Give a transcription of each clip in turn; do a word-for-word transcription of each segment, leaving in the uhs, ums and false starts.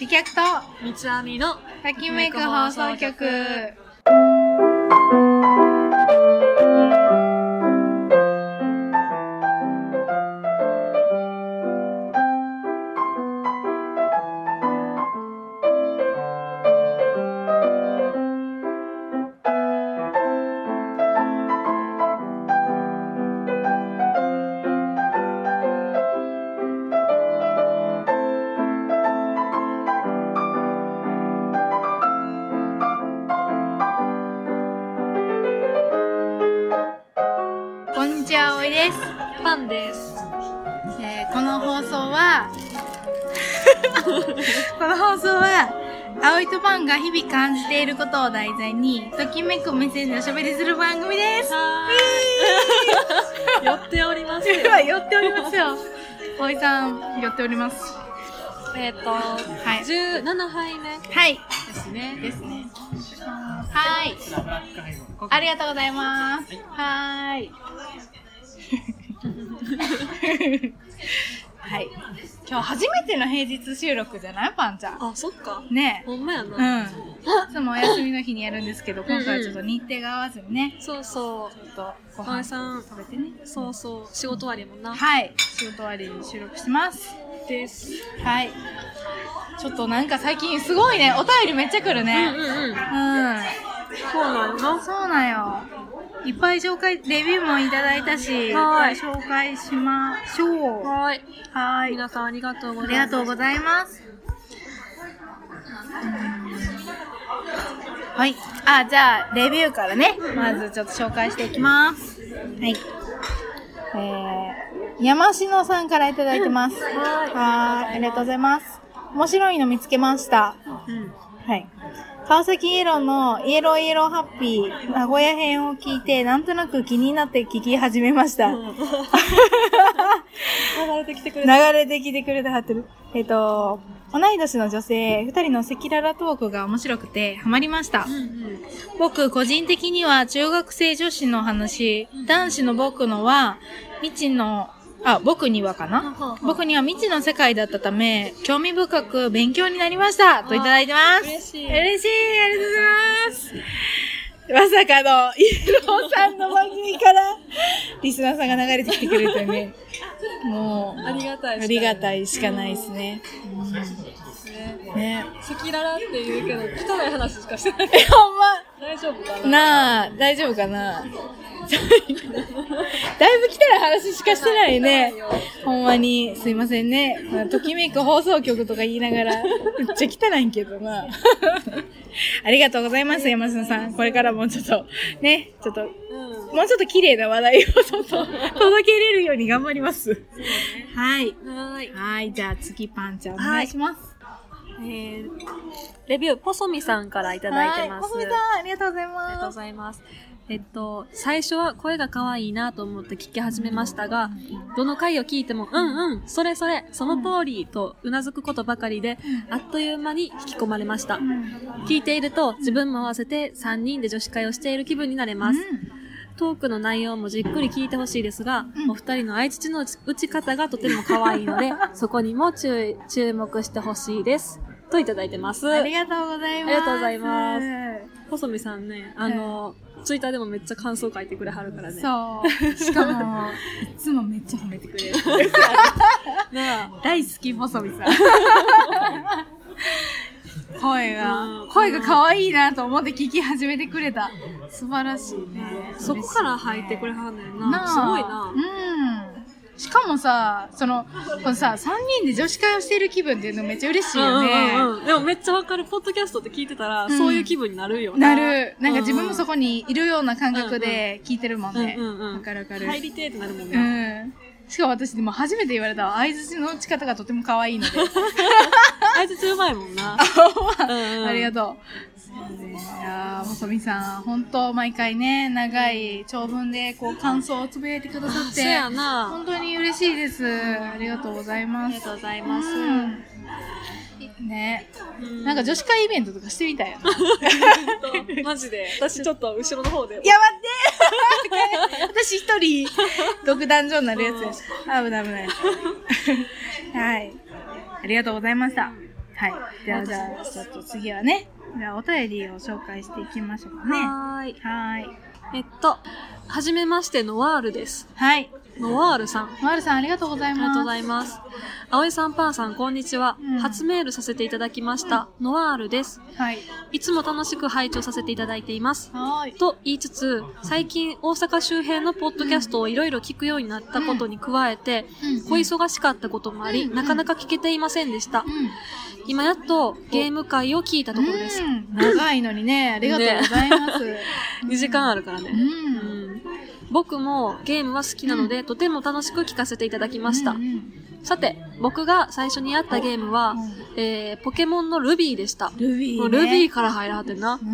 美脚と三つ編みのときめく放送局。こんにちは、おいです。 パンです。 えー、この放送はこの放送は葵とパンが日々感じていることを題材にときめく目線でおしゃべりする番組です。 はーい寄っておりますよ。 寄っておりますよ。葵さん寄っております。 えっ、ー、と、はい、じゅうななはいめはいですね。 ですね。はい。ありがとうございます。はい。はい。今日初めての平日収録じゃないパンちゃん。 あ、そっか。 ねえ。 ほんまやな。 うん。いつもお休みの日にやるんですけど、今回はちょっと日程が合わずにね。 そうそう。 ちょっとご葵飯さん食べてね。 そうそう。仕事終わりもんな。 はい。仕事終わりに収録してます。 です。 はい。ちょっとなんか最近すごいね。お便りめっちゃ来るね。 うんうんうん。 うん。 そうなのな。 そうなんよ。いっぱい紹介、レビューもいただいたし、いっぱい紹介しましょう。 はい。 はい。 皆さんありがとうごあざいます。 りがとうございます。はい。あ、じゃあ、レビューからね、まずちょっと紹介していきます。はい。えー、山篠さんからいただいてます。 はい。 はい。ありがとうございます。面白いの見つけました。 うん。 はい。川崎イエローのイエローイエローハッピー名古屋編を聞いて、なんとなく気になって聞き始めました。うん、流れてきてくれた。流れてきてくれてはってる。えっと、同い年の女性二人の赤裸々トークが面白くてハマりました。 うんうん、 僕個人的には中学生女子の話、男子の僕のは未知のあ、僕にはかな、はは僕には未知の世界だったため、興味深く勉強になりました。といただいてます。 嬉しい。 嬉しい。ありがとうございます。まさかの、イエローさんの番組から、リスナーさんが流れてきてくれるとね、もう、 ありがたい。 ありがたいしかないですね。うん、ね。 赤裸々って言うけど、汚い話しかしてない。 え、ほんま大丈夫かななあ、大丈夫かなだいぶ汚い話しかしてないね。ほんまに、すいませんね。ときめく放送局とか言いながら、めっちゃ汚いんけどな。ありがとうございます、山下さん。これからもちょっと、ね、ちょっと、うん、もうちょっと綺麗な話題をちょっと届けれるように頑張ります。ね、はい。 はい。 はい。じゃあ次パンちゃんお願いします。 はい、えー、レビュー、ポソミさんからいただいてます。 はい、ポソミさん、ありがとうございます。 ありがとうございます。えっと、最初は声が可愛いなと思って聞き始めましたが、どの回を聞いても、うんうん、それそれ、その通り、とうなずくことばかりで、あっという間に引き込まれました。聞いていると、自分も合わせてさんにんで女子会をしている気分になれます。トークの内容もじっくり聞いてほしいですが、お二人の相槌の打ち方がとても可愛いので、そこにも注意、注目してほしいです。といただいてます。 ありがとうございます。 ありがとうございます。細見さんね、あの、ツイッターでもめっちゃ感想書いてくれはるからね。 そう。しかも、いつもめっちゃ褒めてくれる。 なあ大好き、細見さん。声が、声が可愛いなと思って聞き始めてくれた。素晴らしいね。 そこから入ってくれはんねんな。なすごいな。 うん。しかもさ、その、このさ、さんにんで女子会をしている気分っていうのめっちゃ嬉しいよね。 うんうんうん、でもめっちゃわかる。ポッドキャストって聞いてたら、うん、そういう気分になるよね。 なる。なんか自分もそこにいるような感覚で聞いてるもんね。わ、うんうん、かるわかる。 入りてーってなるもんね。 うん。しかも私でも初めて言われた相槌の打ち方がとても可愛いので。 相槌うまいもんな。 うんうん、ありがとう。いやー、細見さん、本当毎回ね、長い長文でこう感想をつぶやいてくださって、 そうやな。 本当に嬉しいです。ありがとうございます。 ありがとうございます。うん、 ね、なんか女子会イベントとかしてみたいよな。 マジで。私ちょっと後ろの方で。 いや、待って私一人、独壇場になるやつやし。危ない危ない。はい。ありがとうございました。 はい。じゃあ、じゃあ、ちょっと次はね、じゃあお便りを紹介していきましょうかね。 はーい。 はーい。 えっと、はじめまして、ノワールです。 はい。 ノワールさん。 ノワールさん、ありがとうございます。 ありがとうございます。葵さん、パンさん、こんにちは。 うん、 初メールさせていただきました。うん、ノワールです。 はい。 いつも楽しく拝聴させていただいています。 はい。 と言いつつ、最近大阪周辺のポッドキャストをいろいろ聞くようになったことに加えて、うん、小忙しかったこともあり、うん、なかなか聞けていませんでした。うん、今やっとゲーム会を聞いたところです。 うん、長いのにね、ありがとうございます。ね、 にじかんあるからね。うんうん僕もゲームは好きなので、うん、とても楽しく聞かせていただきました。うんうん、さて、僕が最初にやったゲームは、うん、えー、ポケモンのルビーでした。 ルビー、ね、 もうルビーから入らはってんな。うん、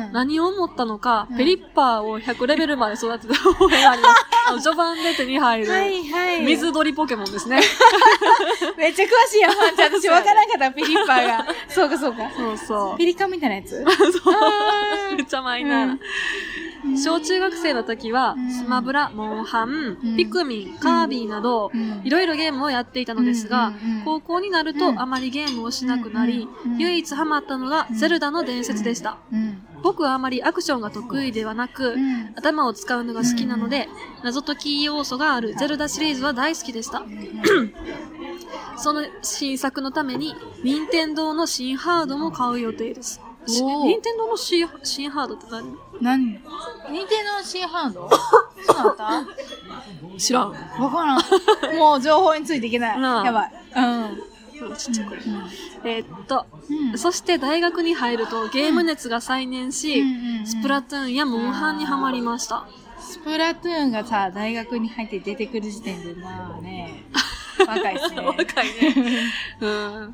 何を思ったのか、うん、ペリッパーをひゃくレベルまで育てた覚えがあります。あの序盤で手に入る、はいはい、水鳥ポケモンですね。 めっちゃ詳しいやん、パンちゃん。私わからんかった、ペリッパーが。そうかそうか。 そうそう。 ペリカンみたいなやつそう。 めっちゃマイナーな。うん小中学生の時は、スマブラ、モンハン、うん、ピクミン、カービィなど、いろいろゲームをやっていたのですが、うんうん、高校になるとあまりゲームをしなくなり、うんうん、唯一ハマったのがゼルダの伝説でした。うんうん、僕はあまりアクションが得意ではなく、うん、頭を使うのが好きなので、謎解き要素があるゼルダシリーズは大好きでした。その新作のために、任天堂の新ハードも買う予定です。任天堂の新、新ハードって何？ 何？任天堂の新ハード？そうだった知らん。 わからん。もう情報についていけない。やばい。 うん。ちっちゃい声。うん、えー、っと、うん、そして大学に入るとゲーム熱が再燃し、うん、スプラトゥーンやモンハンにハマりました。 スプラトゥーンがさ、大学に入って出てくる時点で、まあね。若いっすね。 若いね。うん。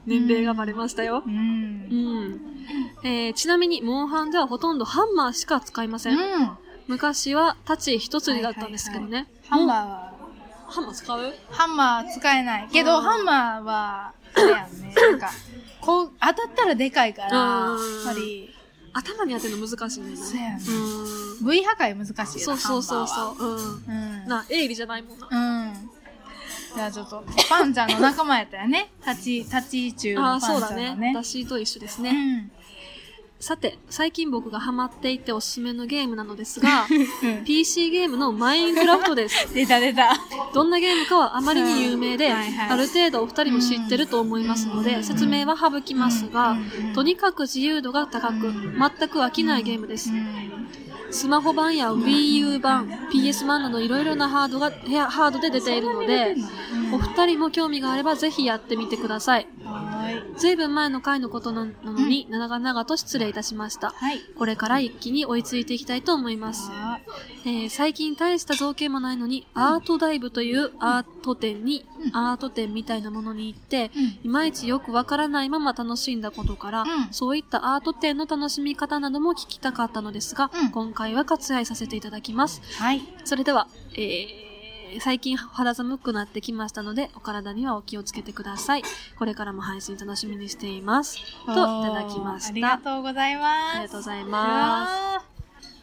年齢がバレましたよ。 うん。 うんえー、ちなみに、モンハンではほとんどハンマーしか使いません。うん、昔は太刀一つだったんですけどね。 はいはいはい、ハンマーはハンマー使う？ ハンマー使えない。けど、ハンマーは、あれやんね。なんか、こう、当たったらでかいから、やっぱり。 頭に当てるの難しいね。 そうやね。うん。V 破壊難しいよ。 そうそうそうそう。うん。うん、な、鋭利じゃないもんな。 うん。じゃあちょっと、パンちゃんの仲間やったよね。立ち、立ち中のパンちゃんのね。あ、そうだね。 私と一緒ですね。うんさて、最近僕がハマっていておすすめのゲームなのですが、うん、ピーシー ゲームのマインクラフトです。 出た出た。 どんなゲームかはあまりに有名で、うんはいはい、ある程度お二人も知ってると思いますので、うん、説明は省きますが、うん、とにかく自由度が高く、全く飽きないゲームです。うんスマホ版や Wii U 版、ピーエス 版などいろいろなハードが、ハードで出ているので、お二人も興味があればぜひやってみてください。ずいぶん前の回のことなのに、うん、長々と失礼いたしました。はい、これから一気に追いついていきたいと思います。えー、最近大した造形もないのに、アートダイブというアート展に、うん、アート展みたいなものに行って、うん、いまいちよくわからないまま楽しんだことから、うん、そういったアート展の楽しみ方なども聞きたかったのですが、うん、今回は割愛させていただきます。はい。それでは、えー、最近肌寒くなってきましたので、お体にはお気をつけてください。これからも配信楽しみにしています。と、いただきました。ありがとうございます。 ありがとうございます。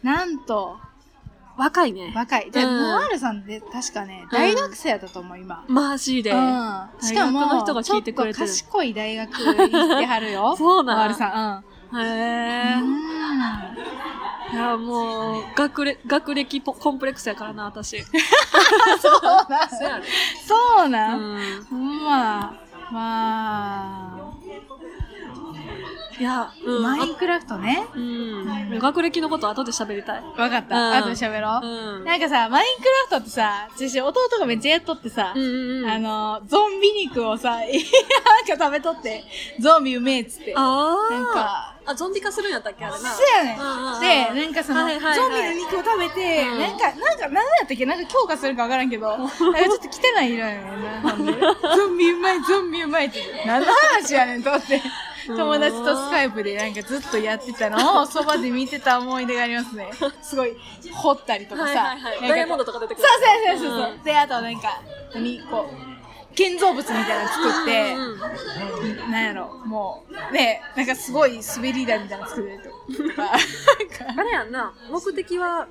なんと、 若いね。 若い。じゃあ、うん、ノアールさんって確かね、大学生やったと思う、今。 マジで。うん。 しかも、の人が聞いてくれてるちょっと賢い大学行ってはるよ。 そうなんノアールさん。うん。 へー。うん。いや、もう、学歴、学歴コンプレックスやからな、私。 そうなん。 そうやね。 そうなん。うん。まあ、まあ。 いや、 うん、マインクラフトね。 うん。うん、学歴のこと後で喋りたい。 わかった。うん、後で喋ろう、うん。なんかさ、マインクラフトってさ、私弟がめっちゃやっとってさ、うんうんうん、あの、ゾンビ肉をさ、なんか食べとって、ゾンビうめえっつって。 ああ。なんか、 あ、ゾンビ化するんやったっけあれな。 そうやねん。で、なんかその、はいはいはい、ゾンビの肉を食べて、うん、なんか、なんか、何やったっけなんか強化するかわからんけど、なんかちょっと汚い色やねんな。なんで、ゾンビうまい、ゾンビうまいって。何の話やねんと思って。友達とスカイプでなんかずっとやってたのをそばで見てた思い出がありますね。すごい、掘ったりとかさ。はいはいはい、 ダイヤモンドとか出てくる。 そうそうそうそう。うん、で、あとなんか、何こう、建造物みたいなの作って、うんうん、なんやろ、もう、ね、なんかすごい滑り台みたいなの作れるとか。 あれやんな、目的は、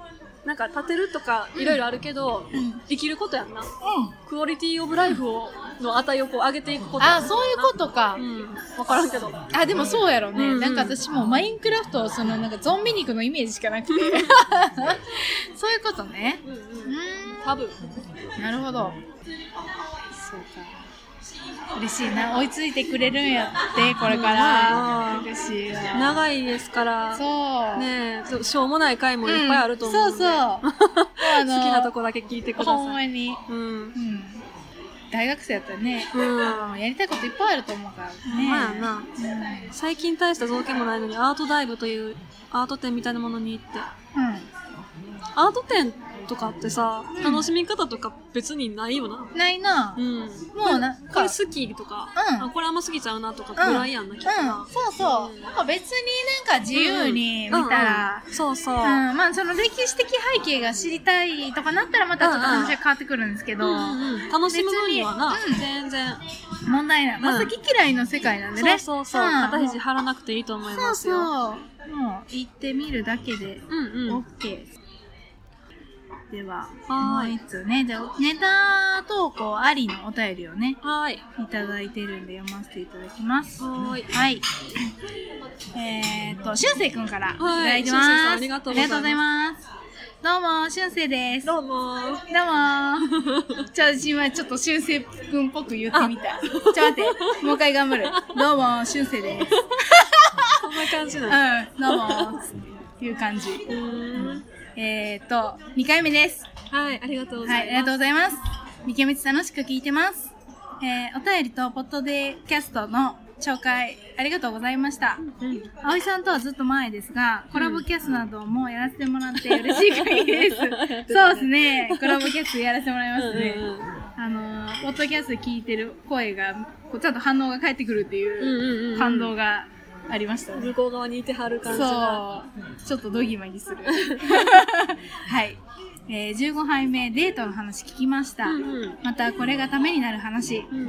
なんか立てるとかいろいろあるけど、うん、生きることやんな。うん。クオリティオブライフを、の値をこう上げていくことやんな。 あ、そういうことか。 うん。わからんけど。 あ、でもそうやろね。うんうん、なんか私もマインクラフト、そのなんかゾンビ肉のイメージしかなくて。そういうことね。うんうん。 多分。 なるほど。そうか。嬉しいな。追いついてくれるんやって、これから。嬉しいわ。 長いですから。 そう。 ねえ、しょうもない回もいっぱいあると思う、 うん。そうそう。あの好きなとこだけ聞いてください。 ほんまに。うん。うん、大学生やったらね、うん、やりたいこといっぱいあると思うからね。 まあな、うん。最近大した造形もないのにアートダイブというアート展みたいなものに行って。うん。アート展とかってさ、うん、楽しみ方とか別にないよな。 ないな。うん。もうな、 これ好きとか、うん、あこれあんま好きちゃうなとかぐらいやんな、きっとな。 うん、そうそう。うん、なんか別になんか自由に見たら、 うんうん、そうそう。うん、 まあその歴史的背景が知りたいとかなったらまたちょっと話が変わってくるんですけど、うんうん、楽しむ分にはな、うん、全然問題ない。まあ好き嫌いの世界なんでね。 そうそうそう。肩肘張らなくていいと思いますよ。 そうそう。もう行ってみるだけで OK。では、もう一つね、じゃあ、ネタ投稿ありのお便りをね、はい。いただいてるんで読ませていただきます。はい。はい。えーっと、しゅんせいくんからいただいてます。 ありがとうございます。 ありがとうございます。どうも、しゅんせいです。 どうもどうもじゃあ、私今ちょっとしゅんせいくんっぽく言ってみた。ちょっと待って、もう一回頑張る。どうも、しゅんせいです。 そんな感じなのうん、どうも、っていう感じ。うーんえーっと、にかいめです。 はい、ありがとうございます。はい、 ありがとうございます。みきめつ楽しく聞いてます。えー、お便りとポッドでキャストの紹介、ありがとうございました。うん、葵さんとはずっと前ですが、コラボキャストなどもやらせてもらって嬉しい限りです。そうですね、コラボキャストやらせてもらいますね。うんうん、あのー、ポッドキャスト聞いてる声が、こうちゃんと反応が返ってくるっていう感動が、ありましたね。 向こう側にいてはる感じが。 そう。ちょっとドギマギする。はい。えー、じゅうごはいめデートの話聞きました。うんうん、またこれがためになる話。うんうん、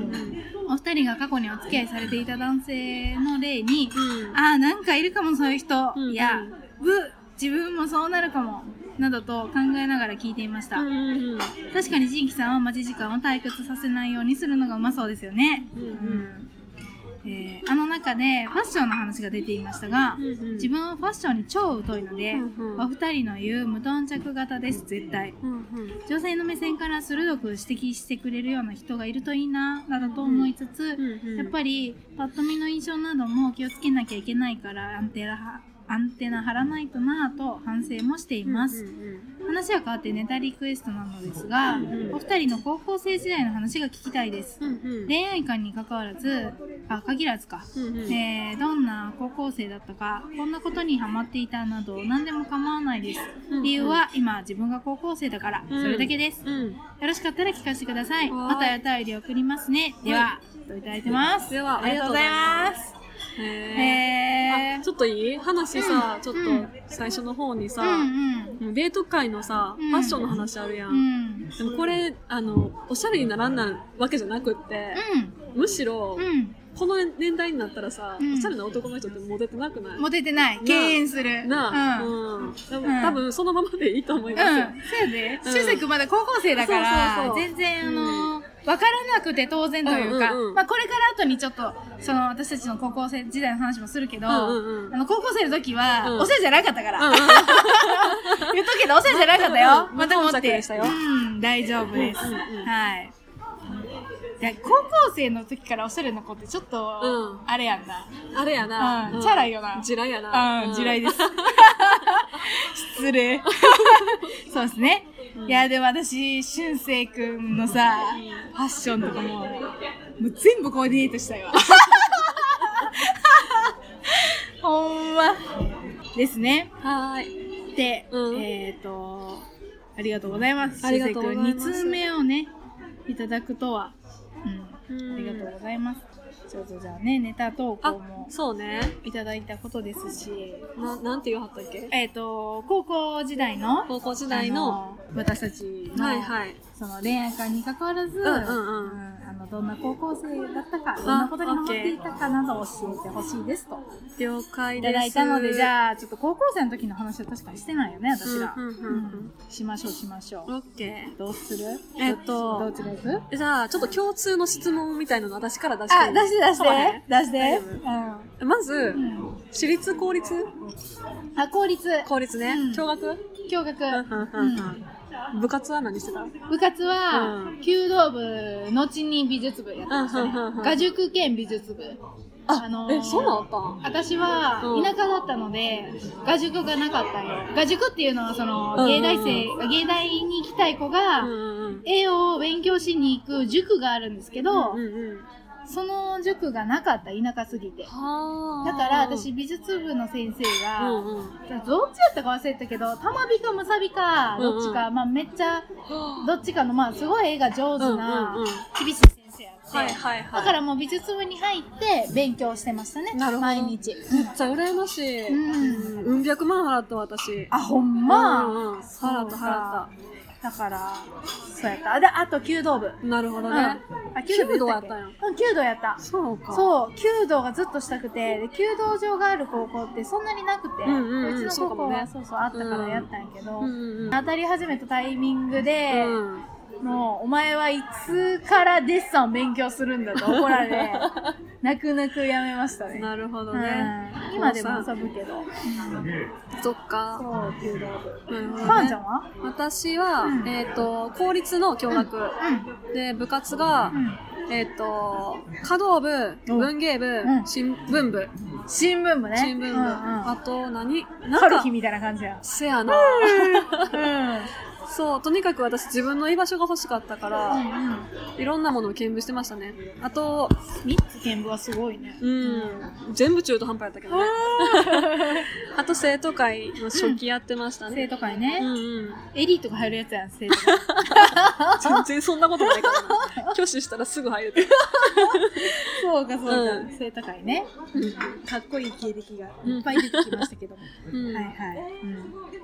お二人が過去にお付き合いされていた男性の例に、うん、ああ、なんかいるかもそういう人。うんうん、いや、う、自分もそうなるかも。などと考えながら聞いていました。うんうんうん、確かにジンキさんは待ち時間を退屈させないようにするのがうまそうですよね。うんうんえー、あの中でファッションの話が出ていましたが、うんうん、自分はファッションに超疎いので、うんうん、お二人の言う無頓着型です絶対、うんうん、女性の目線から鋭く指摘してくれるような人がいるといいななどと思いつつ、うんうん、やっぱりパッと見の印象なども気をつけなきゃいけないからアンテナアンテナ張らないとなぁと反省もしています、うんうんうん、話は変わってネタリクエストなのですが、うんうん、お二人の高校生時代の話が聞きたいです、うんうん、恋愛観に関わらずあ限らずか、うんうんえー、どんな高校生だったかこんなことにハマっていたなど何でも構わないです、うんうん、理由は今自分が高校生だから、うん、それだけです、うん、よろしかったら聞かせてください、またお便り送りますね、では、といただいてます。 ではありがとうございますへー。あ、ちょっといい話さ、うん、ちょっと最初の方にさ、うんうん、デート会のさ、うん、ファッションの話あるやん。うん、でもこれ、あの、おしゃれにならんなわけじゃなくって、うん、むしろ、うん、この年代になったらさ、うん、おしゃれな男の人ってモテてなくない？ モテてない。敬遠する。 なあ。うん。うん、多分そのままでいいと思いますよ。うん。そうやで。しゅうせいくんまだ高校生だから、そうそうそう全然あのー、うんわからなくて当然というか、うんうんうん、まあこれから後にちょっと、その私たちの高校生時代の話もするけど、うんうんうん、あの高校生の時は、うん、おしゃれじゃなかったから。うんうん、言っとくけど、おしゃれじゃなかったよ。うんうん、また持って。うん、大丈夫です。うんうんうん、はい。いや、高校生の時からおしゃれな子ってちょっと、うん、あれやんな。 あれやな。 うん、チャラいよな。 地雷やな。 うん、地雷です。失礼。そうですね。うん、いや、でも私、しゅんせいくんのさ、ファッションとかも、もう全部コーディネートしたよ。ほんま。ですね。 はーい。 で、うん、えっ、ー、と、ありがとうございます。 ありがとうございます。 に通目をね、いただくとは、うん、ありがとうございます。ちょっとじゃあね、ネタ投稿もそうねいただいたことですし、 な、なんて言わはったっけ？ えっ、ー、と、高校時代の高校時代の私たちの、 はいはい、 その恋愛観に関わらず、うんうんうん、あのどんな高校生だったか、どんなことにハマっていたかなど教えてほしいですと。 了解です。 いただいたので、じゃあ、ちょっと高校生の時の話は確かにしてないよね、私ら。 うんうんうんうん、 しましょう、しましょう。 オッケー。 どうする？ えっと、 どっちがいく？ じゃあ、ちょっと共通の質問みたいなの私から出していい？ あ、出して出して。出して。 うん。まず、 うん、 私立公立？ あ、公立。 公立ね。共学？ 共学。 部活は何してた？ 部活は、うん、弓道部、後に美術部やってましたね。画塾兼美術部。 あ、あのー、え、そうなのあったん？ 私は田舎だったので、画塾がなかったんよ。画塾っていうのは、その、芸大生、うんうん、芸大に行きたい子が、うんうん、絵を勉強しに行く塾があるんですけど、うんうんうん、その塾がなかった、田舎すぎて。だから私美術部の先生が、うんうん、どっちやったか忘れたけど、玉美かむさびか、どっちか、うんうん、まあめっちゃ、どっちかの、まあすごい絵が上手な、厳しい先生やって、はいはいはい、だからもう美術部に入って勉強してましたね。なるほど。毎日。 めっちゃ羨ましい。うん。うん百万払った私。 あ、ほんま、 うんうん、払った払った。 だから、そうやった。で、あと、弓道部。 なるほどね。 うん、あ、弓道やったんや。うん、弓道やった。 そうか。 そう、弓道がずっとしたくて、で、弓道場がある高校ってそんなになくて、うんうんうん、うちの高校はそうそうあったからやったんやけど、うんうんうん、当たり始めたタイミングで、うんもう、お前はいつからデッサンを勉強するんだと怒られ、泣く泣くやめましたね。 なるほどね。 うん、今でも遊ぶけど。 そっか。 そう、弓道部。なるほどね。パンちゃんは？ 私は、うん、えっ、ー、と、公立の共学。うん、で、部活が、うん、えっ、ー、と、華道部、文芸部、うん、新聞部。 新聞部ね。 新聞部。うんうん、あと何、 何か。春日みたいな感じや。 せやな。うんそう、とにかく私自分の居場所が欲しかったから、うんうん、いろんなものを兼部してましたね。あと、 みっつ兼部はすごいね。 うん。全部中途半端やったけどね。あと生徒会の初期やってましたね。 生徒会ね。 うんうん。 エリートが入るやつやん、生徒会。 全然そんなことないからな。挙手したらすぐ入るって。 そうかそうか、うん、生徒会ね、うん。かっこいい経歴がいっぱい出てきましたけども。うん、はいはい。うん、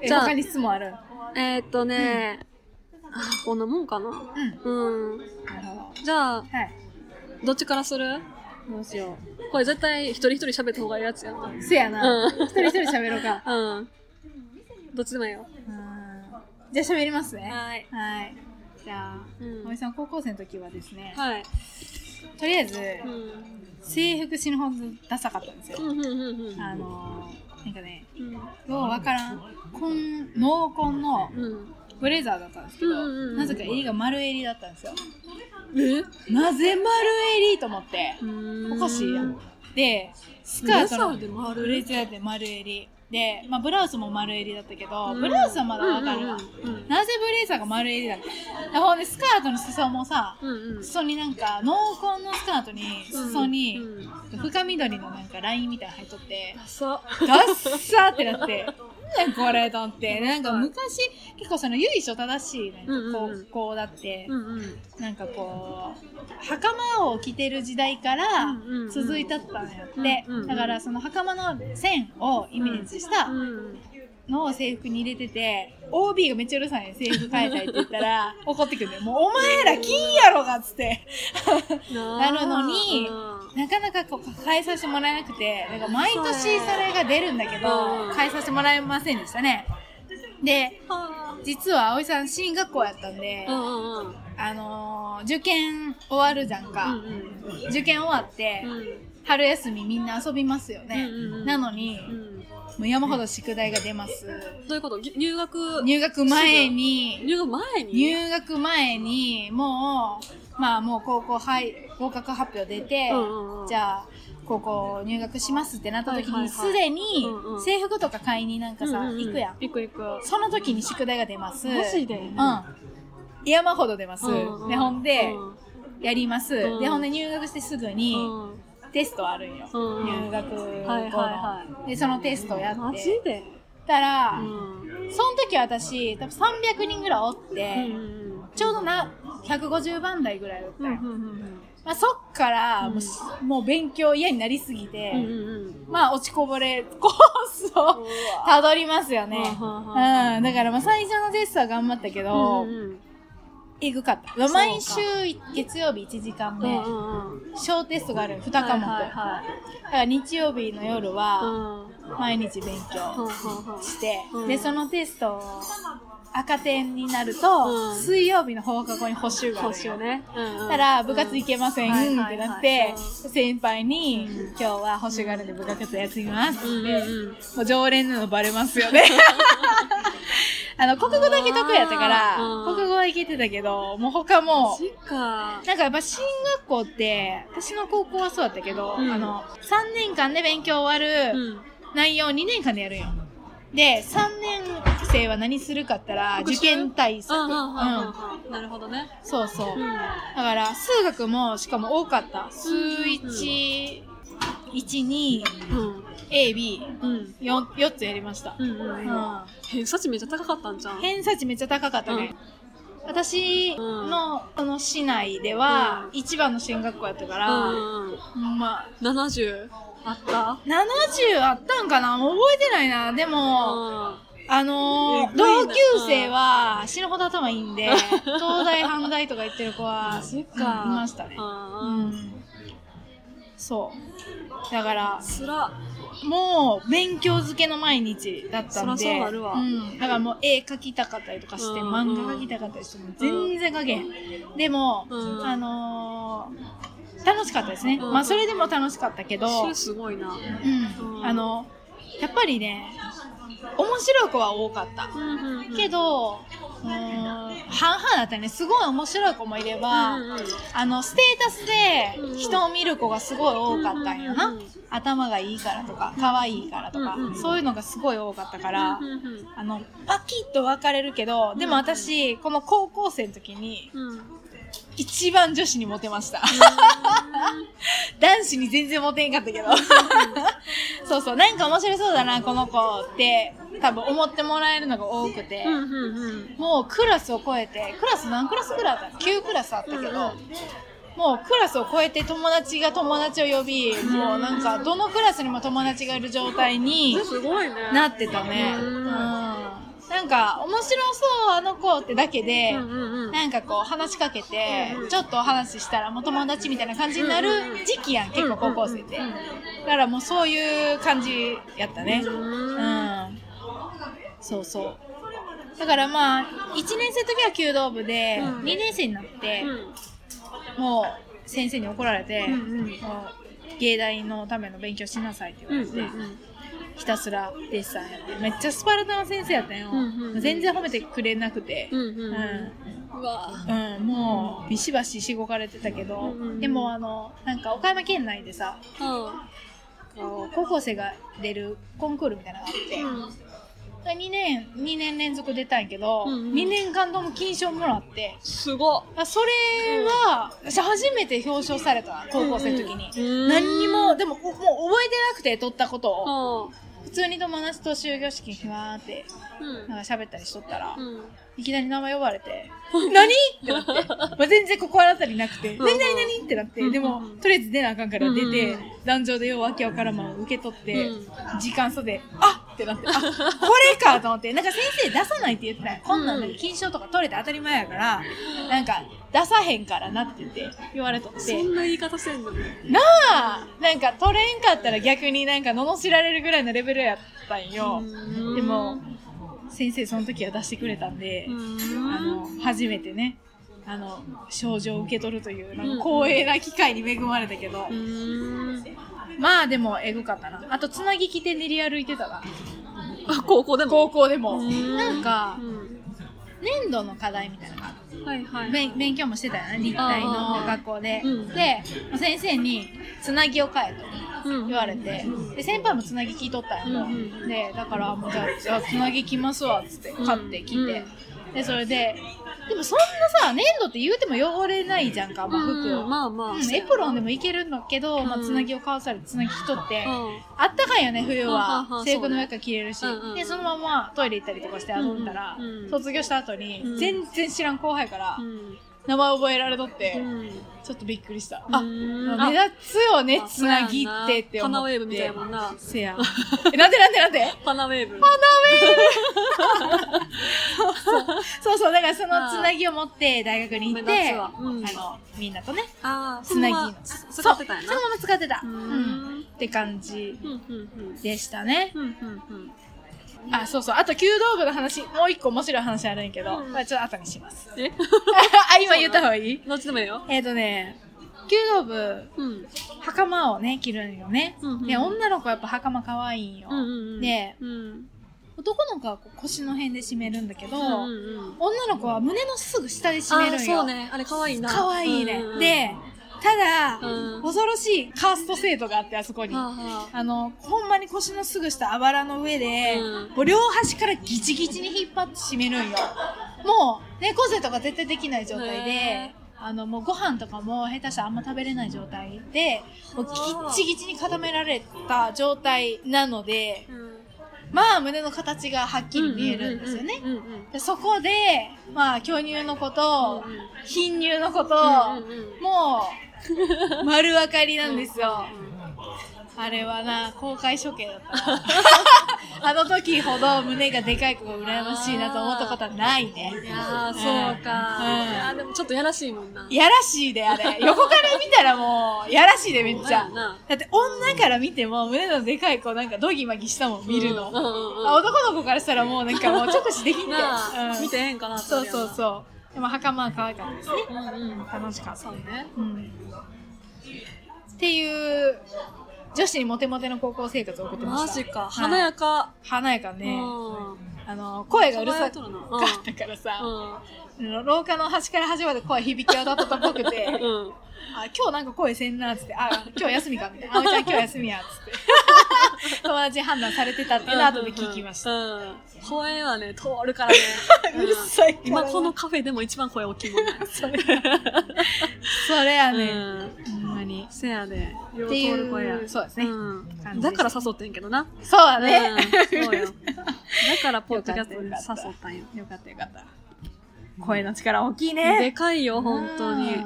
じゃあ、他に質問ある？ えー、っとね、うん、あ、こんなもんかな。うん。うん。なるほど。じゃあ、はい、どっちからする？ どうしよう。これ絶対一人一人喋った方がいいやつやな。 せやな。うん、一人一人喋ろうか。 うん。どっちでもいいよ。 うん。じゃあ喋りますね。 はい。 はい。じゃあ、おじさん高校生の時はですね。 はい。 とりあえず、うん、制服死ぬほどダサかったんですよ。うんうんうんうん、あのー、なんかね、うん、ようわからん、紺、濃紺のブレザーだったんですけど、うんうんうん、なぜか襟が丸襟だったんですよ。 え？ なぜ丸襟と思って、おかしいやん。で、スカートのブレザーで丸襟。で、まあ、ブラウスも丸襟だったけど、うん、ブラウスはまだわかるわ、うんうんうん。なぜブレザーが丸襟だっけ？ほんで、スカートの裾もさ、うんうん、裾になんか、濃紺のスカートに、裾に、うん、深緑のなんかラインみたいなの入っとって、ダッサダッサーってなって、なんこれと思って、なんか昔、結構その由緒正しい、ね、うんうん、高校だって、うんうん、なんかこう、袴を着てる時代から続いたったんやって、うんうんうん、だからその袴の線をイメージしたのを制服に入れてて、オービー がめっちゃうるさいね、制服変えたいって言ったら、怒ってくるね。もうお前ら金やろがっつって。なるのに、なかなかこう変えさせてもらえなくて、なんか毎年それが出るんだけど、変えさせてもらえませんでしたね。で、実は葵さん進学校やったんで、うんうんうん、あのー、受験終わるじゃんか。うんうん、受験終わって、うん、春休みみんな遊びますよね。うんうんうん、なのに、うん、もう山ほど宿題が出ます。 どういうこと？入学入学前に、 入学前に入学前に、もう、まあもう高校、はい、合格発表出て、うんうんうん、じゃあ、高校入学しますってなった時に、すでに制服とか買いになんかさ、うんうん、行くやん。 行く行く。 その時に宿題が出ます。 マジで？ うん。山ほど出ます。うんうん、で、ほんで、うん、やります、うん。で、ほんで入学してすぐに、うんテストあるんよ、うん、入学後の、はいはいはい、でそのテストをやってマジでたら、うん、その時私多分さんびゃくにんぐらいおって、うん、ちょうどなひゃくごじゅうばん台ぐらいだったよ、うんうんうんまあ、そっからもう、うん、もう勉強嫌になりすぎて、うんうんうん、まあ落ちこぼれコースをたどりますよね、うん、だからまあ最初のテストは頑張ったけど、うんうんうんえぐかった。毎週月曜日いちじかんめ、うんうんうん、小テストがあるに科目、はいはいはい、だから日曜日の夜は毎日勉強して、うん、でそのテストを赤点になると、うん、水曜日の放課後に補習があるよ。補習ね。うんうん、だから部活行けません、うん、ってなって、先輩に、うん、今日は補習があるんで部活休みますって、うんうん、もう常連なのバレますよね。あの、国語だけ得意やったから、国語は行けてたけど、もう他も、かなんかやっぱ進学校って、私の高校はそうだったけど、うん、あの、さんねんかんで勉強終わる内容をにねんかんでやるんよ。で、さんねん生は何するかったら、受験対策。うん。 なるほどね。 そうそう。うん、だから、数学も、しかも多かった。数いち、いち、に、うん、A、B、うん、よ, よっつやりました。うんうんうん、 偏差値めっちゃ高かったんじゃん。 偏差値めっちゃ高かったね。うん、私の、この市内では、一番の進学校やったから、うんうん、まあ、 ななじゅうあった ? ななじゅう あったんかなもう覚えてないな。でも、うんあのー、同級生は死ぬほど頭いいんで、東大阪大とか言ってる子は、いましたね。うん、そう。だから、 つらもう勉強漬けの毎日だったんで、 そらそうなるわ。 うん。だからもう絵描きたかったりとかして、うん、漫画描きたかったりしても全然描けへん。うん、でも、うん、あのー、楽しかったですね。うん、まあそれでも楽しかったけど、 すごいな。 うん。うん、あの、やっぱりね、面白い子は多かった。うんうんうん、けど、うーん、半々だったね。すごい面白い子もいれば、うんうん、あの、ステータスで人を見る子がすごい多かったんよな。うんうんうん、頭がいいからとか、可愛いからとか、うんうん、そういうのがすごい多かったから、うんうん、あの、パキッと分かれるけど、でも私、この高校生の時に、うん一番女子にモテました。男子に全然モテんかったけど。そうそう、なんか面白そうだな、この子って多分思ってもらえるのが多くて、うんうんうん、もうクラスを超えて、クラス何クラスぐらいあったの ?きゅう クラスあったけど、うんうん、もうクラスを超えて友達が友達を呼び、もうなんかどのクラスにも友達がいる状態になってたね。なんか面白そうあの子ってだけで、うんうんうん、なんかこう話しかけて、うんうん、ちょっとお話ししたらもう友達みたいな感じになる時期やん、結構高校生って、だからもうそういう感じやったね。うん、うん、そうそう。だからまあいちねん生の時は弓道部で、うん、にねん生になって、うん、もう先生に怒られて、うんうん、もう芸大のための勉強しなさいって言われて、うんうんうんひたすらデッサンやってめっちゃスパルタな先生やったよ、うんうんうん、全然褒めてくれなくて、うんうんうんうん、うわうん、もうビシバシしごかれてたけど、うんうん、でもあのなんか岡山県内でさ、うん、こう高校生が出るコンクールみたいなのがあって、うん、にねんにねん連続出たんやけど、うんうん、にねんかんとも金賞もらってすごっそれは、うん、私初めて表彰された高校生の時に、うんうん、何にもでももう覚えてなくて取ったことを、うん普通に友達と終業式にふわーってなんか喋ったりしとったら、うん、いきなり名前呼ばれて何ってなって、まあ、全然心当たりなくて何何何ってなって、でもとりあえず出なあかんから出て壇上でようわけわからんまま受け取って、うん、時間差であってなってあこれかと思ってなんか先生出さないって言ってたよこんなんで金賞とか取れて当たり前やからなんか出さへんからなってて言われとってそんな言い方せんのなあなんか取れんかったら逆になんか罵られるぐらいのレベルやったんよ。でも先生その時は出してくれたんであの初めてねあの賞状を受け取るというなんか光栄な機会に恵まれたけどまあでもエグかったな。あとつなぎ着て練り歩いてたなあ高校でも高校でもなんか年度の課題みたいなのがあってはいはい、勉, 勉強もしてたよね立体の学校で、うん、で先生につなぎを変えと言われて、うん、で先輩もつなぎ聞いとったんよ、うん、でだからもうじゃあ、じゃあつなぎ着ますわっつって買ってきて、うん、でそれででもそんなさ粘土って言うても汚れないじゃんか、まあ、服を、うん、まあまあ、うん、エプロンでもいけるんだけど、うんまあ、つなぎを買わされてつなぎ着とって、うん、あったかいよね冬は、うん、制服の上から着れるし、うん、でそのままトイレ行ったりとかして遊んだら、うん、卒業した後に、うん、全然知らん後輩から、うん、 名前覚えられとって、 うん、 ちょっとびっくりした。 あ、 目立つよね、つなぎってって思って。 パナウェーブみたいもんな。 せや。え、なんでなんでなんでパナウェーブ。 パナウェーブそうそう、だからそのつなぎを持って大学に行って、うん、あの、みんなとね、 あつなぎの。 使ってたんやな。 そのまま使ってた。 うん、うん。って感じでしたね。あ、そうそう。あと、弓道部の話、もう一個面白い話あるんやけど、うん、まあちょっと後にします。 えあ、今言った方がいい？ どっちでもいいよ。 えっ、ー、とね、弓道部、うん、袴をね、着るんよね。うんうん、で、女の子やっぱ袴可愛いんよ。うんうんうん、で、うん、男の子はこう腰の辺で締めるんだけど、うんうんうん、女の子は胸のすぐ下で締めるんよ。 あ、そうね。あれ可愛いな。 可愛いね。うんうん、で、ただ、うん、恐ろしいカースト制度があって、あそこに。はあはあ、あの、ほんまに腰のすぐ下、あばらの上で、うん、もう両端からギチギチに引っ張って締めるんよ。もう、猫背とか絶対できない状態で、あの、もうご飯とかも下手したらあんま食べれない状態で、もうギッチギチに固められた状態なので、うん、まあ胸の形がはっきり見えるんですよね。そこで、まあ巨乳のこと、うんうん、貧乳のこと、うんうんうん、もう、丸分かりなんですよ。あれはな、公開処刑だったあの時ほど胸がでかい子が羨ましいなと思ったことはないね。 いやー、そうか、うん。いやでもちょっとやらしいもんな。 やらしいで、あれ。横から見たらもう、やらしいでめっちゃ。だって女から見ても胸のでかい子なんかドギマギしたもん見るの。うんうんうん、男の子からしたらもうなんかもう直視できんねん。見てへんかなって。 そうそうそう。でも袴は可愛かったですね。うんうん、楽しかった。 そうね。 うん。っていう、女子にモテモテの高校生活を送ってました。 マジか。華やか。 はい、華やかね。あの、声がうるさかったからさ、うん、廊下の端から端まで声響き渡ったっぽくて、うん、あ、今日なんか声せんなーつって、あ、今日休みかみたいな。あおちゃん今日休みやつって。友達判断されてたっていうのを後で聞きました。 うんうん、声はね、通るからね。 うるさいから、ね。 今このカフェでも一番声大きいもんね。 それそれやね。うん、ほんまに。 せやで。 っていう声や。そうですね、うん。 だから誘ってんけどな。 そうだね。 うん、そうよ。だからポッドキャストに誘ったんよ。 よかったよかった。声の力大きいね。 でかいよ、本当に。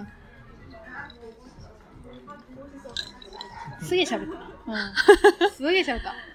すげえ喋ったな。うん。すげえ喋った。